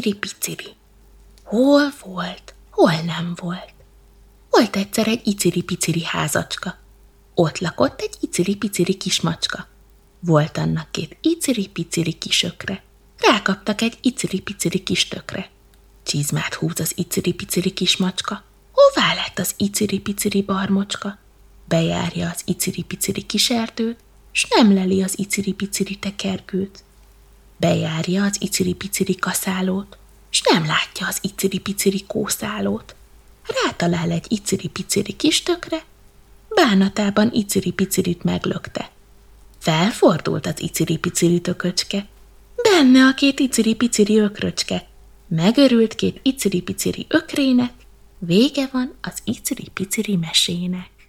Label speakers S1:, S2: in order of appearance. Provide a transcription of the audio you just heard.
S1: iciri-piciri. Hol volt, hol nem volt. Volt egyszer egy iciri-piciri házacska. Ott lakott egy iciri-piciri kismacska. Volt annak 2 iciri-piciri kisökre. Rákaptak egy iciri-piciri kis tökre. Csizmát húz az iciri-piciri kismacska. Hová lett az iciri-piciri barmocska? Bejárja az iciri-piciri kiserdőt, s nem leli az iciri-piciri tekergőt. Bejárja az iciri-piciri kaszálót, s nem látja az iciri-piciri kószálót. Rátalál egy iciri-piciri kis tökre, bánatában iciri-picirit meglökte. Felfordult az iciri-piciri tököcske, benne a 2 iciri-piciri ökröcske. Megörült 2 iciri-piciri ökrének, vége van az iciri-piciri mesének.